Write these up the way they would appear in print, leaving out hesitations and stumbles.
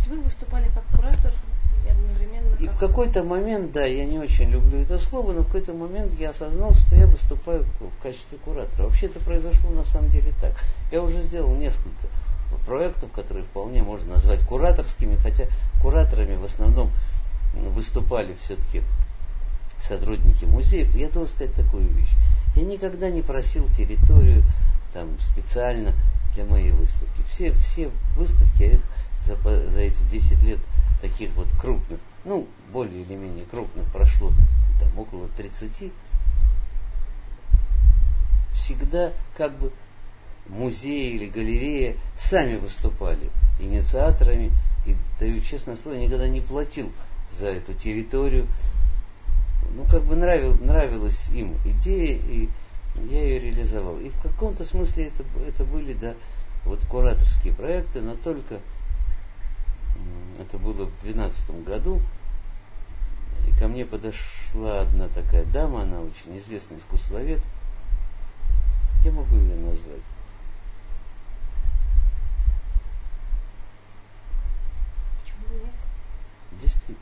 есть вы выступали как куратор и одновременно И в какой-то момент, да, я не очень люблю это слово, но в какой-то момент я осознал, что я выступаю в качестве куратора. Вообще это произошло на самом деле так. Я уже сделал несколько проектов, которые вполне можно назвать кураторскими, хотя кураторами в основном выступали все-таки сотрудники музеев. Я должен сказать такую вещь. Я никогда не просил территорию там, специально для моей выставки. Все выставки, я их за эти 10 лет таких вот крупных, ну, более или менее крупных прошло там около 30, всегда как бы музей или галерея сами выступали инициаторами, и, даю честное слово, я никогда не платил за эту территорию. Ну, как бы нравилась им идея, и я ее реализовал. И в каком-то смысле это были, да, вот кураторские проекты, но только это было в 2012 году, и ко мне подошла одна такая дама, она очень известный искусствовед, я могу ее назвать. Почему бы нет? Действительно.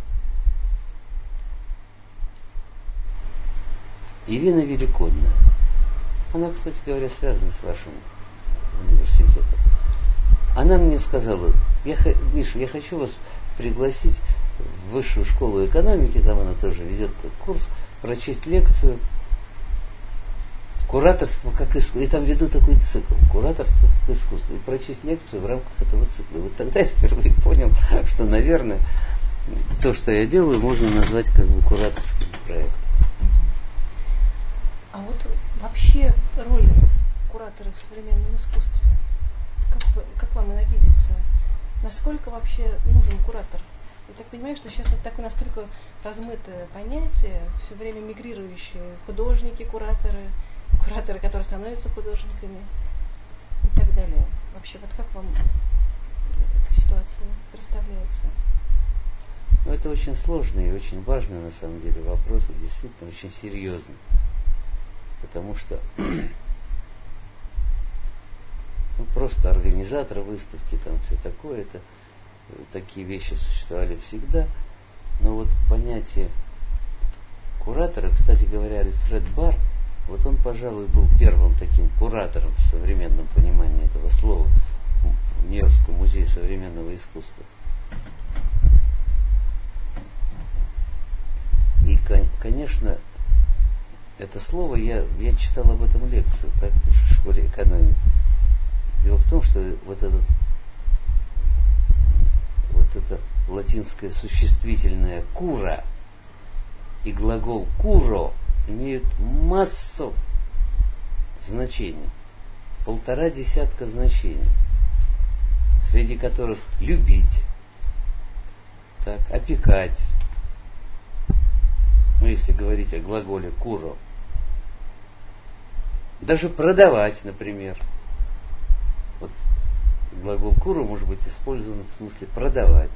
Ирина Великодная. Она, кстати говоря, связана с вашим университетом. Она мне сказала: Миша, я хочу вас пригласить в Высшую школу экономики, там она тоже ведет курс, прочесть лекцию «Кураторство как искусство». И там веду такой цикл «Кураторство как искусство». И прочесть лекцию в рамках этого цикла. И вот тогда я впервые понял, что, наверное, то, что я делаю, можно назвать как бы кураторским проектом. А вот вообще роль куратора в современном искусстве, как вам она видится? Насколько вообще нужен куратор? Я так понимаю, что сейчас это такое настолько размытое понятие, все время мигрирующие художники, кураторы, которые становятся художниками и так далее. Вообще, вот как вам эта ситуация представляется? Ну, это очень сложный и очень важный на самом деле вопрос, и действительно очень серьезный. Потому что просто организатор выставки, там все такое, это такие вещи существовали всегда. Но вот понятие куратора, кстати говоря, Альфред Барр, вот он, пожалуй, был первым таким куратором в современном понимании этого слова в Нью-Йоркском музее современного искусства. И, конечно, это слово, я читал об этом лекцию, так, в школе экономики. Дело в том, что вот это латинское существительное «кура» и глагол «куро» имеют массу значений, 1,5 значений, среди которых любить, так, опекать, ну, если говорить о глаголе «куро», даже продавать, например. Вот глагол «куро» может быть использован в смысле продавать.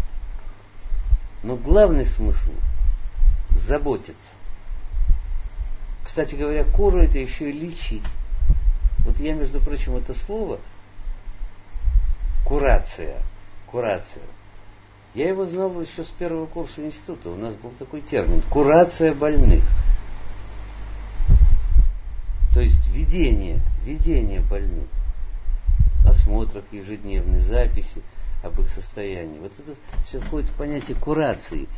Но главный смысл – заботиться. Кстати говоря, «куро» это еще и лечить. Вот я, между прочим, это слово курация, я его знал еще с первого курса института. У нас был такой термин – курация больных. То есть ведение больных, осмотров ежедневной, записи об их состоянии. Вот это все входит в понятие курации.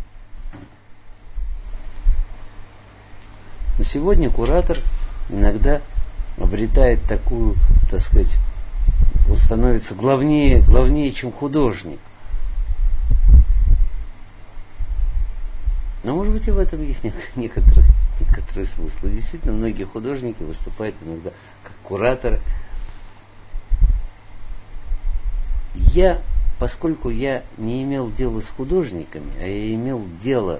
Но сегодня куратор иногда обретает такую, так сказать, он становится главнее, чем художник. Но, может быть, и в этом есть некоторый смысл. И действительно, многие художники выступают иногда как кураторы. Поскольку я не имел дела с художниками, а я имел дело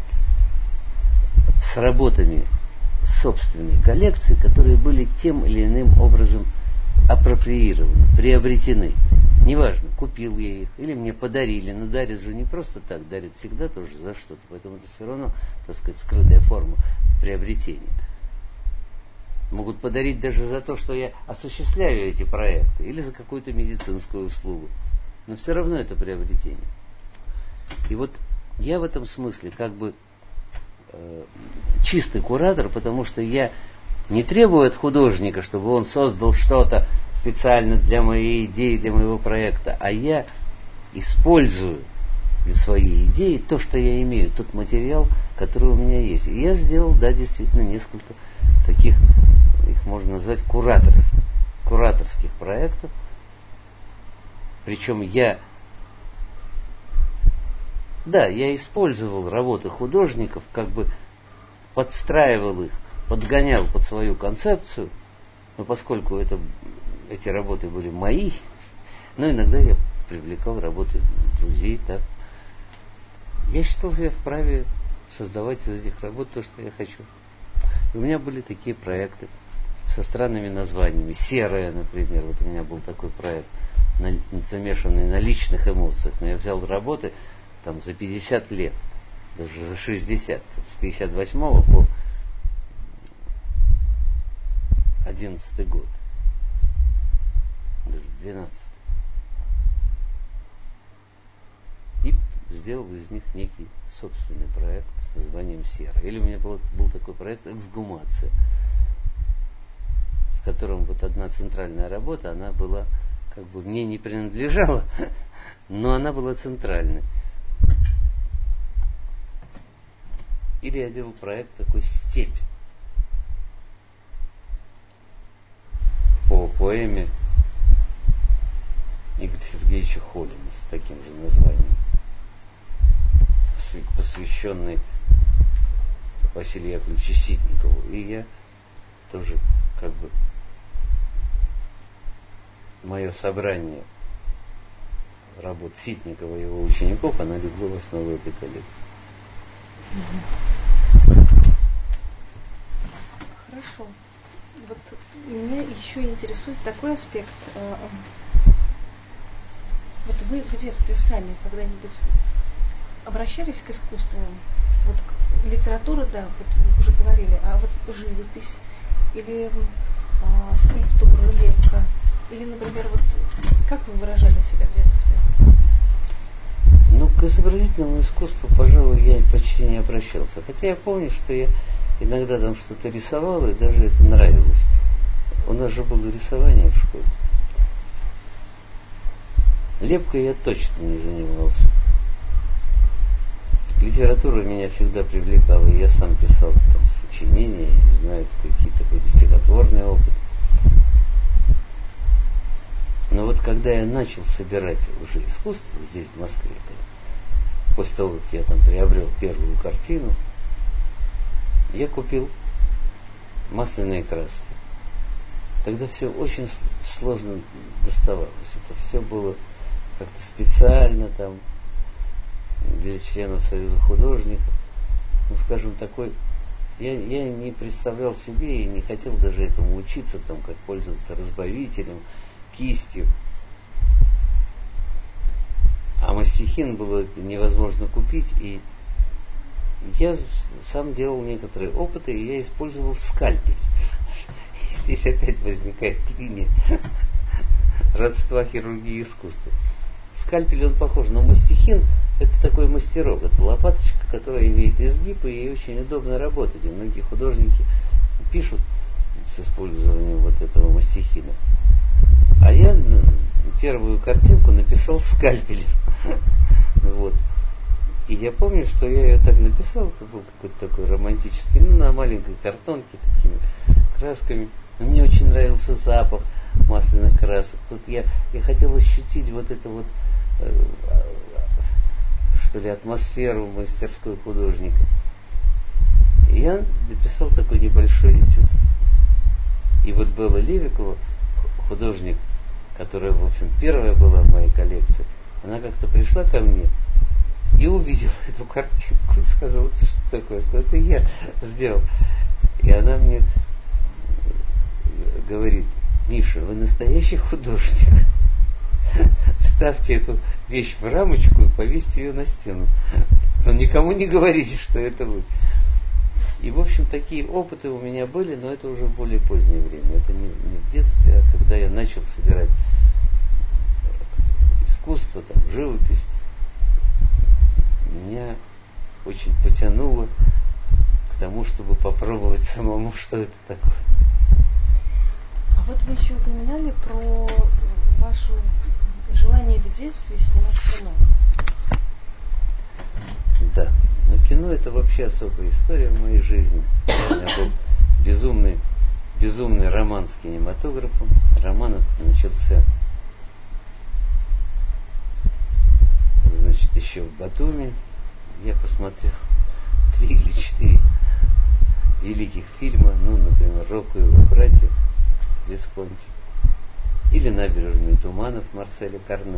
с работами собственной коллекции, которые были тем или иным образом апроприированы, приобретены. Неважно, купил я их или мне подарили, но дарят же не просто так, дарят всегда тоже за что-то, поэтому это все равно, так сказать, скрытая форма приобретения. Могут подарить даже за то, что я осуществляю эти проекты, или за какую-то медицинскую услугу. но все равно это приобретение. И вот я в этом смысле как бы чистый куратор, потому что я не требую от художника, чтобы он создал что-то специально для моей идеи, для моего проекта, а я использую для своей идеи то, что я имею, тот материал, который у меня есть. И я сделал, да, действительно, несколько таких, их можно назвать кураторских проектов. Причем я использовал работы художников, как бы подстраивал их, подгонял под свою концепцию, но поскольку эти работы были мои, но иногда я привлекал работы друзей, так. Я считал себя вправе создавать из этих работ то, что я хочу. И у меня были такие проекты со странными названиями. «Серая», например, вот у меня был такой проект, замешанный на личных эмоциях, но я взял работы там за 50 лет, даже за 60, с 58 по 11 год, даже 12. И сделал из них некий собственный проект с названием «Сера». Или у меня был такой проект «Эксгумация», в котором вот одна центральная работа, она была, как бы мне не принадлежала, но она была центральной. Или я делал проект такой «Степь» по поэме Игоря Сергеевича Холина с таким же названием, посвященный Василию Яковлевичу Ситникову. И я тоже, как бы, мое собрание работ Ситникова и его учеников, она легло в основу этой коллекции. Хорошо. Вот меня еще интересует такой аспект. Вот вы в детстве сами когда-нибудь обращались к искусству? Вот литература, да, вот вы уже говорили, а вот живопись или скульптура, лепка, или, например, вот как вы выражали себя в детстве? Ну, к изобразительному искусству, пожалуй, я почти не обращался. Хотя я помню, что я иногда там что-то рисовал, и даже это нравилось. У нас же было рисование в школе. Лепкой я точно не занимался. Литература меня всегда привлекала, и я сам писал там сочинения, не знаю, какие-то были стихотворные опыты. Но вот когда я начал собирать уже искусство здесь, в Москве, после того, как я там приобрел первую картину, я купил масляные краски. Тогда все очень сложно доставалось. Это все было как-то специально там для членов Союза художников. Ну, скажем, такой... Я не представлял себе и не хотел даже этому учиться, там, как пользоваться разбавителем, кистью. А мастихин было невозможно купить, и я сам делал некоторые опыты, и я использовал скальпель. И здесь опять возникает линия родства хирургии и искусства. Скальпель, он похож, но мастихин — это такой мастерок, это лопаточка, которая имеет изгиб, и ей очень удобно работать. И многие художники пишут с использованием вот этого мастихина. А я первую картинку написал скальпелем. Вот. И я помню, что я ее так написал, это был какой-то такой романтический, на маленькой картонке, такими красками. Но мне очень нравился запах масляных красок. Тут я хотел ощутить вот это вот, что ли, атмосферу мастерской художника. И я написал такой небольшой этюд. И вот Белла Левикова, художник, которая, в общем, первая была в моей коллекции, она как-то пришла ко мне и увидела эту картинку и сказала: что такое? Я сказал: это я сделал. И она мне говорит: Миша, вы настоящий художник. Вставьте эту вещь в рамочку и повесьте ее на стену. Но никому не говорите, что это вы. И, в общем, такие опыты у меня были, но это уже в более позднее время. Это не в детстве, а когда я начал собирать искусство, живопись, меня очень потянуло к тому, чтобы попробовать самому, что это такое. А вот вы еще упоминали про ваше желание в детстве снимать кино. Да, но кино это вообще особая история в моей жизни. У меня был безумный роман с кинематографом. Роман этот начался, значит, еще в Батуми. Я посмотрел 3 или 4 великих фильма, ну, например, «Рокко и его братья» Висконти, или «Набережные туманов» Марселя Карне.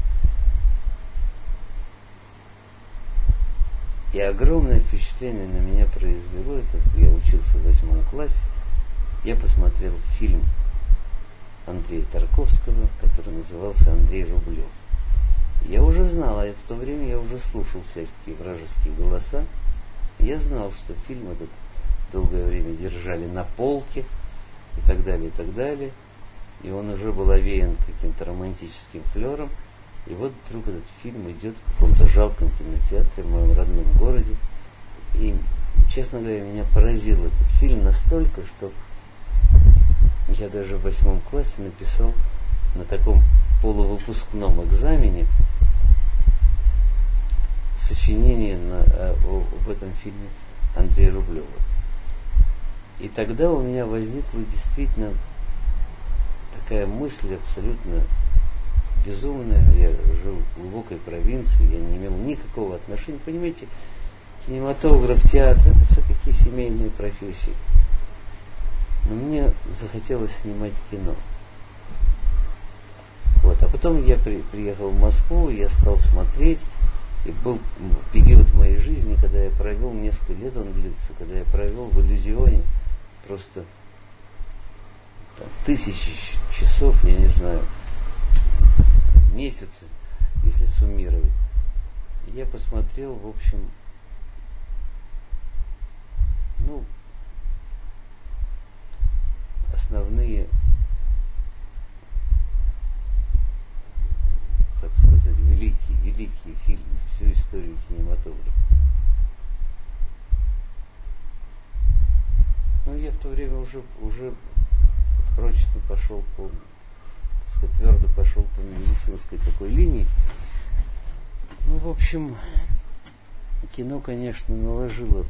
И огромное впечатление на меня произвело это. Я учился в 8 классе. Я посмотрел фильм Андрея Тарковского, который назывался «Андрей Рублев». Я уже знал, а в то время я уже слушал всякие вражеские голоса. Я знал, что фильм этот долгое время держали на полке и так далее, и так далее. И он уже был овеян каким-то романтическим флером. И вот вдруг этот фильм идет в каком-то жалком кинотеатре в моем родном городе. И, честно говоря, меня поразил этот фильм настолько, что я даже в 8 классе написал на таком полувыпускном экзамене сочинение об этом фильме Андрея Рублева. И тогда у меня возникла действительно такая мысль абсолютно безумная. Я жил в глубокой провинции, я не имел никакого отношения. Понимаете, кинематограф, театр — это все такие семейные профессии. Но мне захотелось снимать кино. Вот. А потом я приехал в Москву, я стал смотреть. И был период в моей жизни, когда я провел несколько лет, он длится, когда я провел в иллюзионе просто там, 1000 часов, я не знаю, месяцы, если суммировать. Я посмотрел, в общем, основные, так сказать, великие фильмы, всю историю кинематографа. Но я в то время уже прочно пошел по, так сказать, твердо пошел по медицинской такой линии. Ну, в общем, кино, конечно, наложило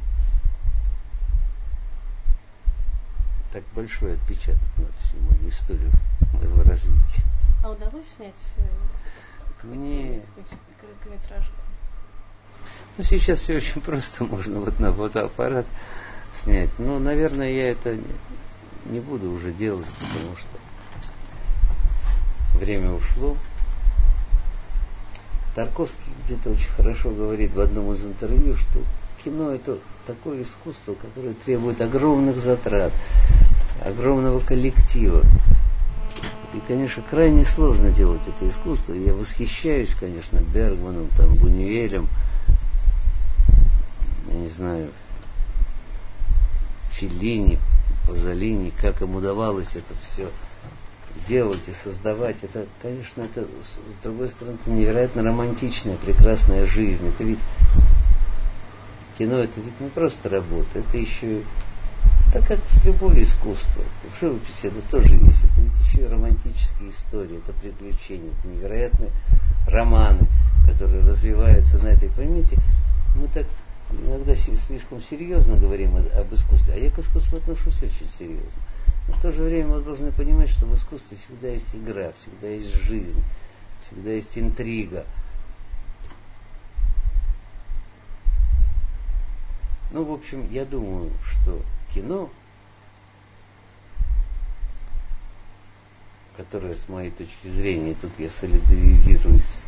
так большой отпечаток на всю мою историю моего развития. А удалось снять короткометражку? Ну, сейчас все очень просто, можно вот на фотоаппарат снять. Но, наверное, я это не буду уже делать, потому что время ушло. Тарковский где-то очень хорошо говорит в одном из интервью, что кино — это такое искусство, которое требует огромных затрат, огромного коллектива. И, конечно, крайне сложно делать это искусство. Я восхищаюсь, конечно, Бергманом, Бунюэлем, я не знаю, Феллини, Пазолини, как им удавалось это все делать и создавать. Это, конечно, это, с другой стороны, это невероятно романтичная, прекрасная жизнь. Это ведь кино, это ведь не просто работа, это еще, так как любое искусство, в живописи это тоже есть, это ведь еще и романтические истории, это приключения, это невероятные романы, которые развиваются на этой, понимаете, мы так иногда слишком серьезно говорим об искусстве, а я к искусству отношусь очень серьезно. Но в то же время мы должны понимать, что в искусстве всегда есть игра, всегда есть жизнь, всегда есть интрига. Ну, в общем, я думаю, что кино, которое, с моей точки зрения, тут я солидаризируюсь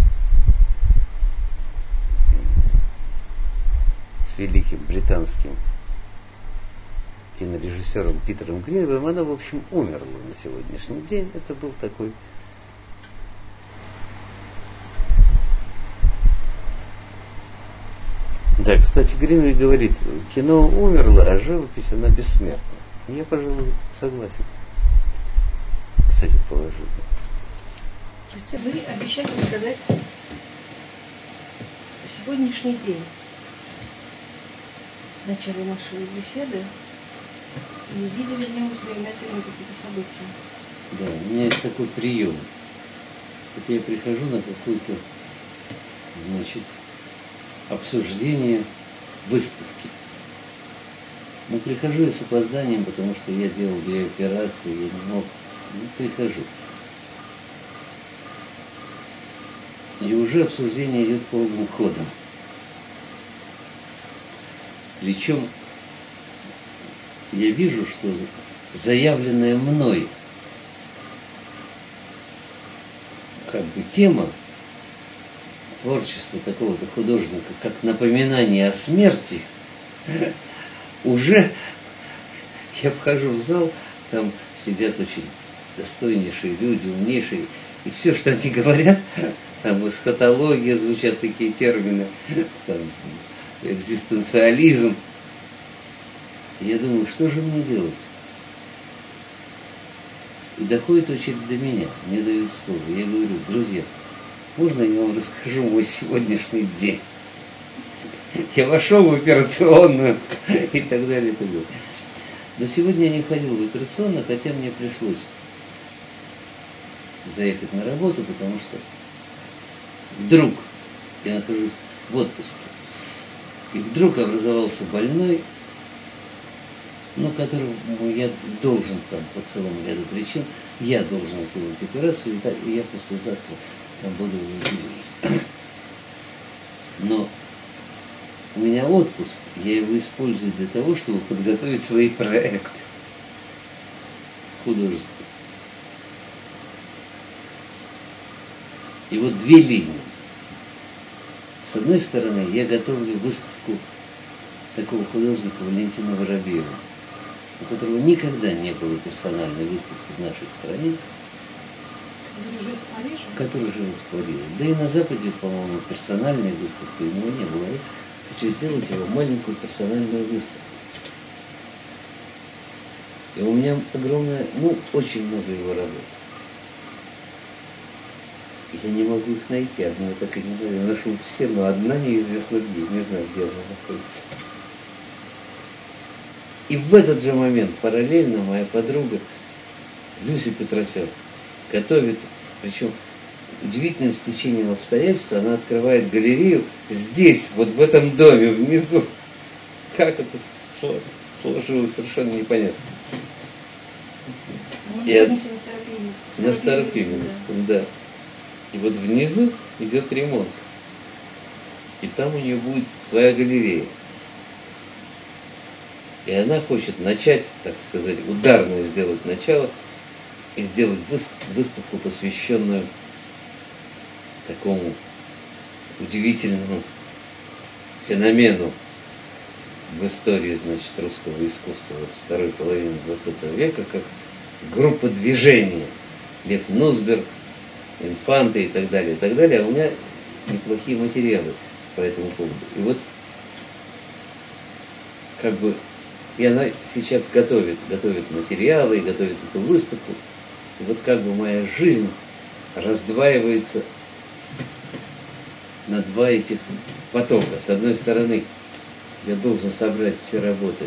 с великим британским кинорежиссером Питером Гринвейем, оно, в общем, умерло на сегодняшний день. Это был такой Да, кстати, Гринвей говорит, кино умерло, а живопись, она бессмертна. Я, пожалуй, согласен с этим положением. Вы обещали рассказать сегодняшний день в начале нашей беседы, и видели в нем знаменательные какие-то события. Да, у меня есть такой прием. Вот я прихожу на какое-то, значит, обсуждение выставки. Ну, прихожу я с опозданием, потому что я делал 2 операции, я не мог. Ну, прихожу. И уже обсуждение идет полным ходом. Причем я вижу, что заявленная мной как бы тема творчества такого-то художника, как напоминание о смерти, уже я вхожу в зал, там сидят очень достойнейшие люди, умнейшие, и все, что они говорят, там эсхатология, звучат такие термины, там экзистенциализм. Я думаю, что же мне делать? И доходит очередь до меня, мне дают слово. Я говорю: друзья, можно я вам расскажу мой сегодняшний день? Я вошел в операционную и так далее, и так далее. Но сегодня я не ходил в операционную, хотя мне пришлось заехать на работу, потому что вдруг я нахожусь в отпуске, и вдруг образовался больной, ну, которому я должен там по целому ряду причин, я должен сделать операцию, и я послезавтра там буду его лечить. Но у меня отпуск, я его использую для того, чтобы подготовить свои проекты художественные. И вот 2 линии. С одной стороны, я готовлю выставку такого художника Валентина Воробьева, у которого никогда не было персональной выставки в нашей стране, который живет в Париже. Да и на Западе, по-моему, персональной выставки у него не было. Я хочу сделать его маленькую персональную выставку. И у меня огромное, очень много его работ. Я не могу их найти, одну я так и не знаю. Я нашел все, но одна неизвестна где, не знаю, где она находится. И в этот же момент параллельно моя подруга Люся Петросян готовит, причем удивительным стечением обстоятельств, она открывает галерею здесь, вот в этом доме, внизу. Как это сложилось, совершенно непонятно. На Старопименском, да. И вот внизу идет ремонт. И там у нее будет своя галерея. И она хочет начать, так сказать, ударное сделать начало и сделать выставку, посвященную такому удивительному феномену в истории, значит, русского искусства вот второй половины 20 века, как группа движения. Лев Нусберг, Инфанты и так далее, и так далее. А у меня неплохие материалы по этому поводу. И вот как бы и она сейчас готовит материалы, и готовит эту выставку. И вот как бы моя жизнь раздваивается на 2 этих потока. С одной стороны, я должен собрать все работы,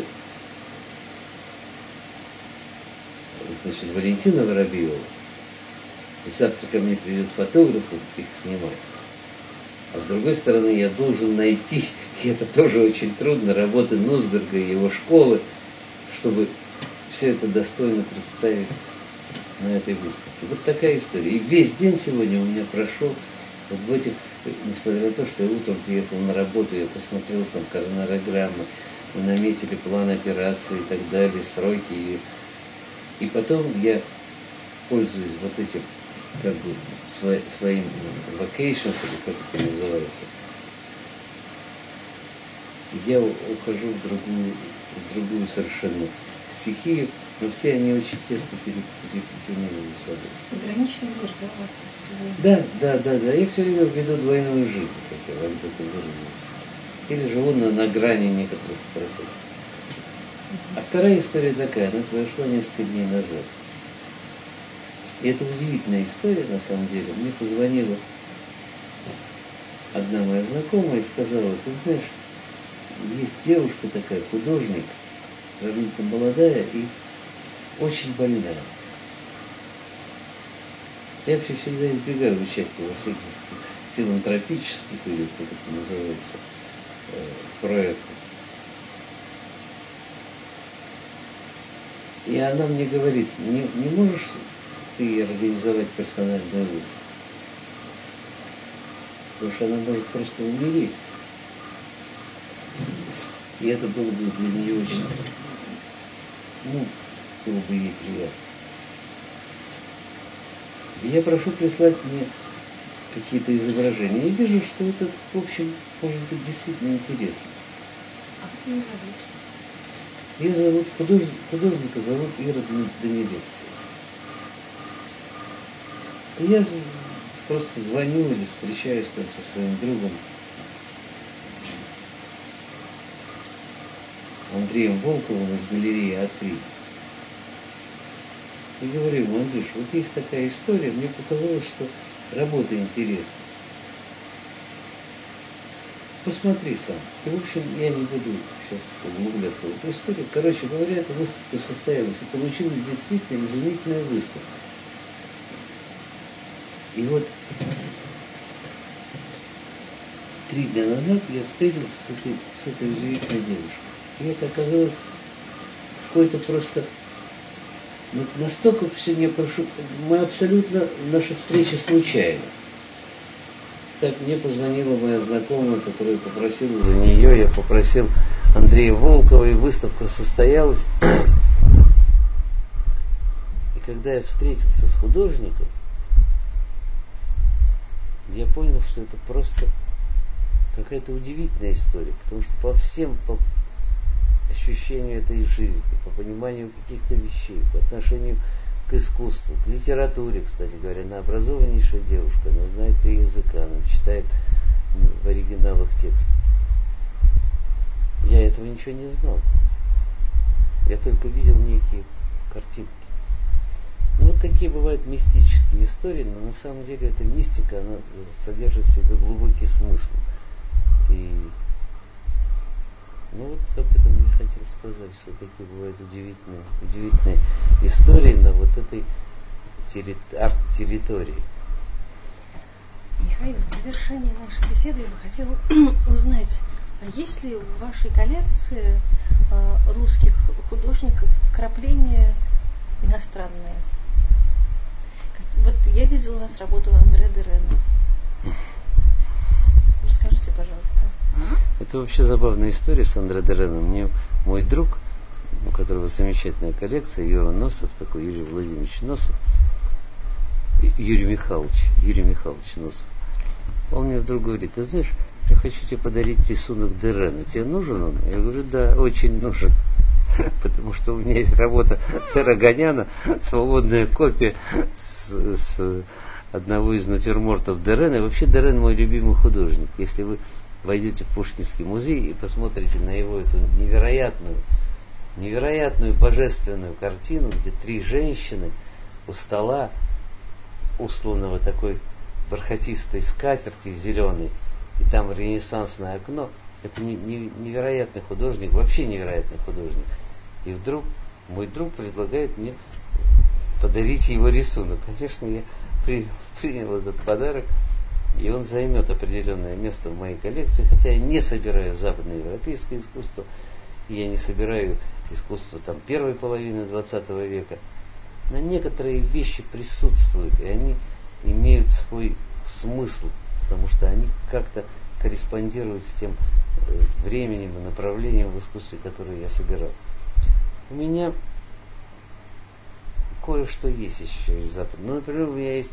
значит, Валентина Воробьева. И завтра ко мне придет фотограф их снимать. А с другой стороны, я должен найти, и это тоже очень трудно, работы Нусберга и его школы, чтобы все это достойно представить на этой выставке. Вот такая история. И весь день сегодня у меня прошел вот в этих, несмотря на то, что я утром приехал на работу, я посмотрел там коронарограммы, мы наметили план операции и так далее, сроки. И потом я пользуюсь вот этим как бы своим vacations, или как это называется, я ухожу в другую совершенно стихию, но все они очень тесно переплетены между собой. Пограничный мир, да, у вас сегодня? Да. Я все время веду двойную жизнь, как я вам это выразился. Или живу на грани некоторых процессов. А вторая история такая, она произошла несколько дней назад. И это удивительная история, на самом деле. Мне позвонила одна моя знакомая и сказала: ты знаешь, есть девушка такая, художник, сравнительно молодая и очень больная. Я вообще всегда избегаю участия во всяких филантропических, или как это называется, проектах. И она мне говорит: не можешь ты организовать персональную выставку? Потому что она может просто умереть. И это было бы для нее очень, было бы ей приятно. И я прошу прислать мне какие-то изображения. И вижу, что это, в общем, может быть действительно интересно. А как ее зовут? Ее зовут, художника зовут Ира Данилевская. И я просто звоню или встречаюсь там со своим другом Андреем Волковым из галереи А3. И говорю ему: Андрюш, вот есть такая история, мне показалось, что работа интересна. Посмотри сам. И, в общем, я не буду сейчас углубляться в эту историю. Короче говоря, эта выставка состоялась, и получилась действительно изумительная выставка. И вот 3 дня назад я встретился с этой удивительной девушкой. И это оказалось какое-то просто... настолько все не прошу... Мы абсолютно... Наша встреча случайна. Так мне позвонила моя знакомая, которая попросила за нее. Я попросил Андрея Волкова, и выставка состоялась. И когда я встретился с художником, я понял, что это просто какая-то удивительная история, потому что по ощущению этой жизни, по пониманию каких-то вещей, по отношению к искусству, к литературе, кстати говоря, она образованнейшая девушка, она знает 3 языка, она читает в оригиналах текст. Я этого ничего не знал. Я только видел некие картинки. Вот такие бывают мистические истории, но на самом деле эта мистика, она содержит в себе глубокий смысл. И вот об этом я хотел сказать, что такие бывают удивительные истории на вот этой арт-территории. Михаил, в завершении нашей беседы я бы хотела узнать, а есть ли в вашей коллекции русских художников вкрапления иностранные? Вот я видела у вас работу Андре Дерена. Расскажите, пожалуйста. Это вообще забавная история с Андре Дереном. Мне мой друг, у которого замечательная коллекция, Юра Носов, такой Юрий Владимирович Носов, Юрий Михайлович Носов, он мне вдруг говорит: ты знаешь, я хочу тебе подарить рисунок Дерена. Тебе нужен он? Я говорю: да, очень нужен. Потому что у меня есть работа Тарагоняна, свободная копия с одного из натюрмортов Дерена. И вообще Дерен мой любимый художник. Если вы войдете в Пушкинский музей и посмотрите на его эту невероятную божественную картину, где 3 женщины у стола, устланного такой бархатистой скатертью зеленой, и там ренессансное окно. Это невероятный художник, вообще невероятный художник. И вдруг мой друг предлагает мне подарить его рисунок. Конечно, я принял этот подарок, и он займет определенное место в моей коллекции, хотя я не собираю западноевропейское искусство, и я не собираю искусство первой половины 20 века. Но некоторые вещи присутствуют, и они имеют свой смысл, потому что они как-то корреспондируют с тем временем и направлением в искусстве, которое я собирал. У меня кое-что есть еще из Запада. Например, у меня есть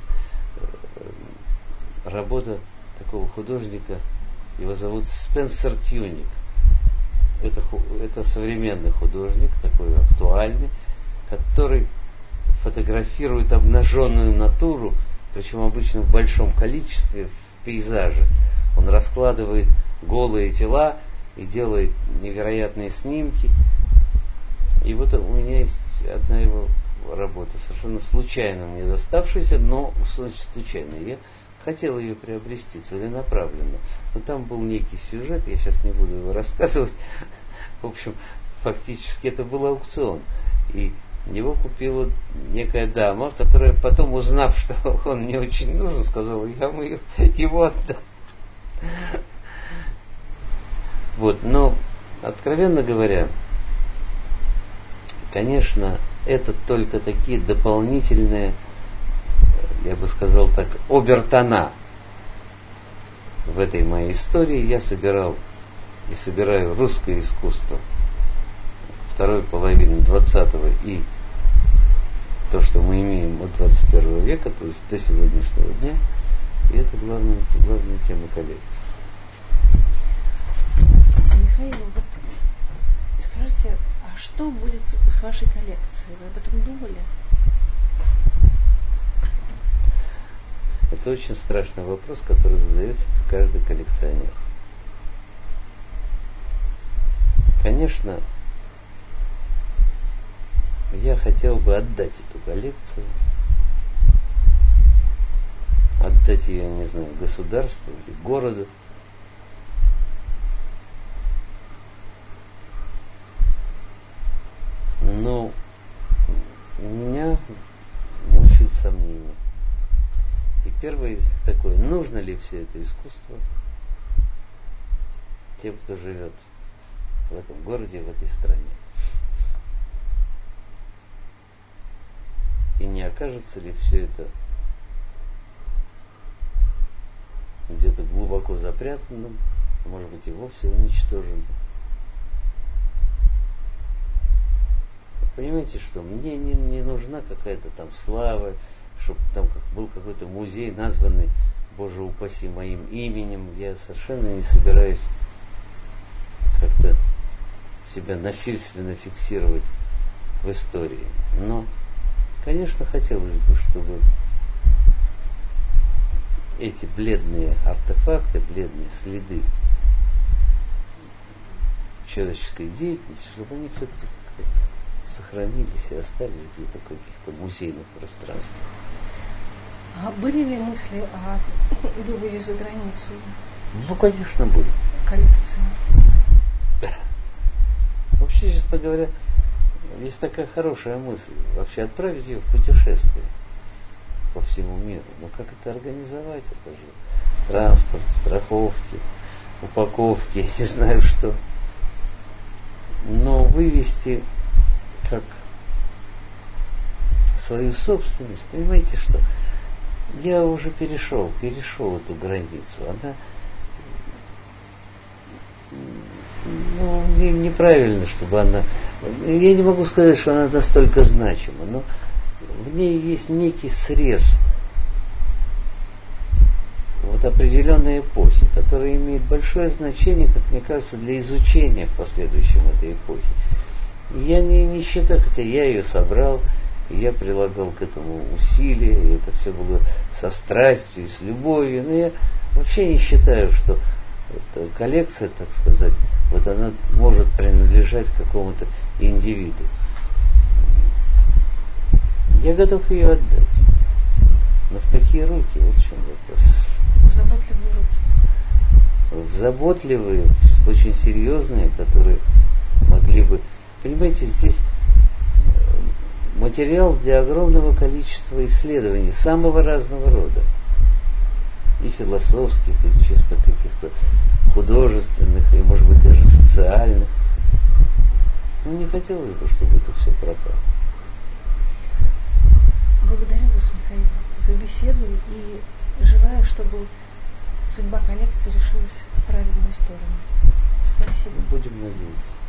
работа такого художника, его зовут Спенсер Тюник. Это современный художник, такой актуальный, который фотографирует обнаженную натуру, причем обычно в большом количестве, в пейзаже. Он раскладывает голые тела и делает невероятные снимки. И вот у меня есть одна его работа, совершенно случайно мне доставшаяся, но случайно. Я хотел ее приобрести целенаправленно. Но там был некий сюжет, я сейчас не буду его рассказывать. В общем, фактически это был аукцион. И его купила некая дама, которая потом, узнав, что он мне очень нужен, сказала, я ему его отдам. Вот, но, откровенно говоря, конечно, это только такие дополнительные, я бы сказал так, обертона в этой моей истории. Я собирал и собираю русское искусство второй половины 20-го и то, что мы имеем от 21 века, то есть до сегодняшнего дня, и это главная тема коллекции. Михаил, вот скажите, а что будет с вашей коллекцией? Вы об этом думали? Это очень страшный вопрос, который задается каждый коллекционер. Конечно, я хотел бы отдать эту коллекцию, отдать ее, не знаю, государству или городу. Но меня мучают сомнения. И первое из них такое, нужно ли все это искусство тем, кто живет в этом городе, в этой стране. И не окажется ли все это где-то глубоко запрятанным, а может быть и вовсе уничтоженным. Понимаете, что мне не нужна какая-то там слава, чтобы там был какой-то музей, названный, Боже упаси, моим именем. Я совершенно не собираюсь как-то себя насильственно фиксировать в истории. Но, конечно, хотелось бы, чтобы эти бледные артефакты, бледные следы человеческой деятельности, чтобы они все-таки сохранились и остались где-то в каких-то музейных пространствах. А были ли мысли о вывозе за границу? Ну, конечно, были. Коллекции. Вообще, честно говоря, есть такая хорошая мысль. Вообще отправить ее в путешествие по всему миру. Но как это организовать? Это же транспорт, страховки, упаковки, я не знаю что. Но вывести как свою собственность, понимаете, что я уже перешел эту границу. Она неправильно, чтобы она... Я не могу сказать, что она настолько значима, но в ней есть некий срез вот определенной эпохи, которая имеет большое значение, как мне кажется, для изучения в последующем этой эпохи. Я не считаю, хотя я ее собрал, и я прилагал к этому усилия, и это все было со страстью и с любовью, но я вообще не считаю, что эта коллекция, так сказать, вот она может принадлежать какому-то индивиду. Я готов ее отдать. Но в какие руки? Вот в чем вопрос. В заботливые руки. В заботливые, очень серьезные, которые могли бы... Понимаете, здесь материал для огромного количества исследований самого разного рода. И философских, и чисто каких-то художественных, и, может быть, даже социальных. Но не хотелось бы, чтобы это все пропало. Благодарю вас, Михаил, за беседу и желаю, чтобы судьба коллекции решилась в правильную сторону. Спасибо. Будем надеяться.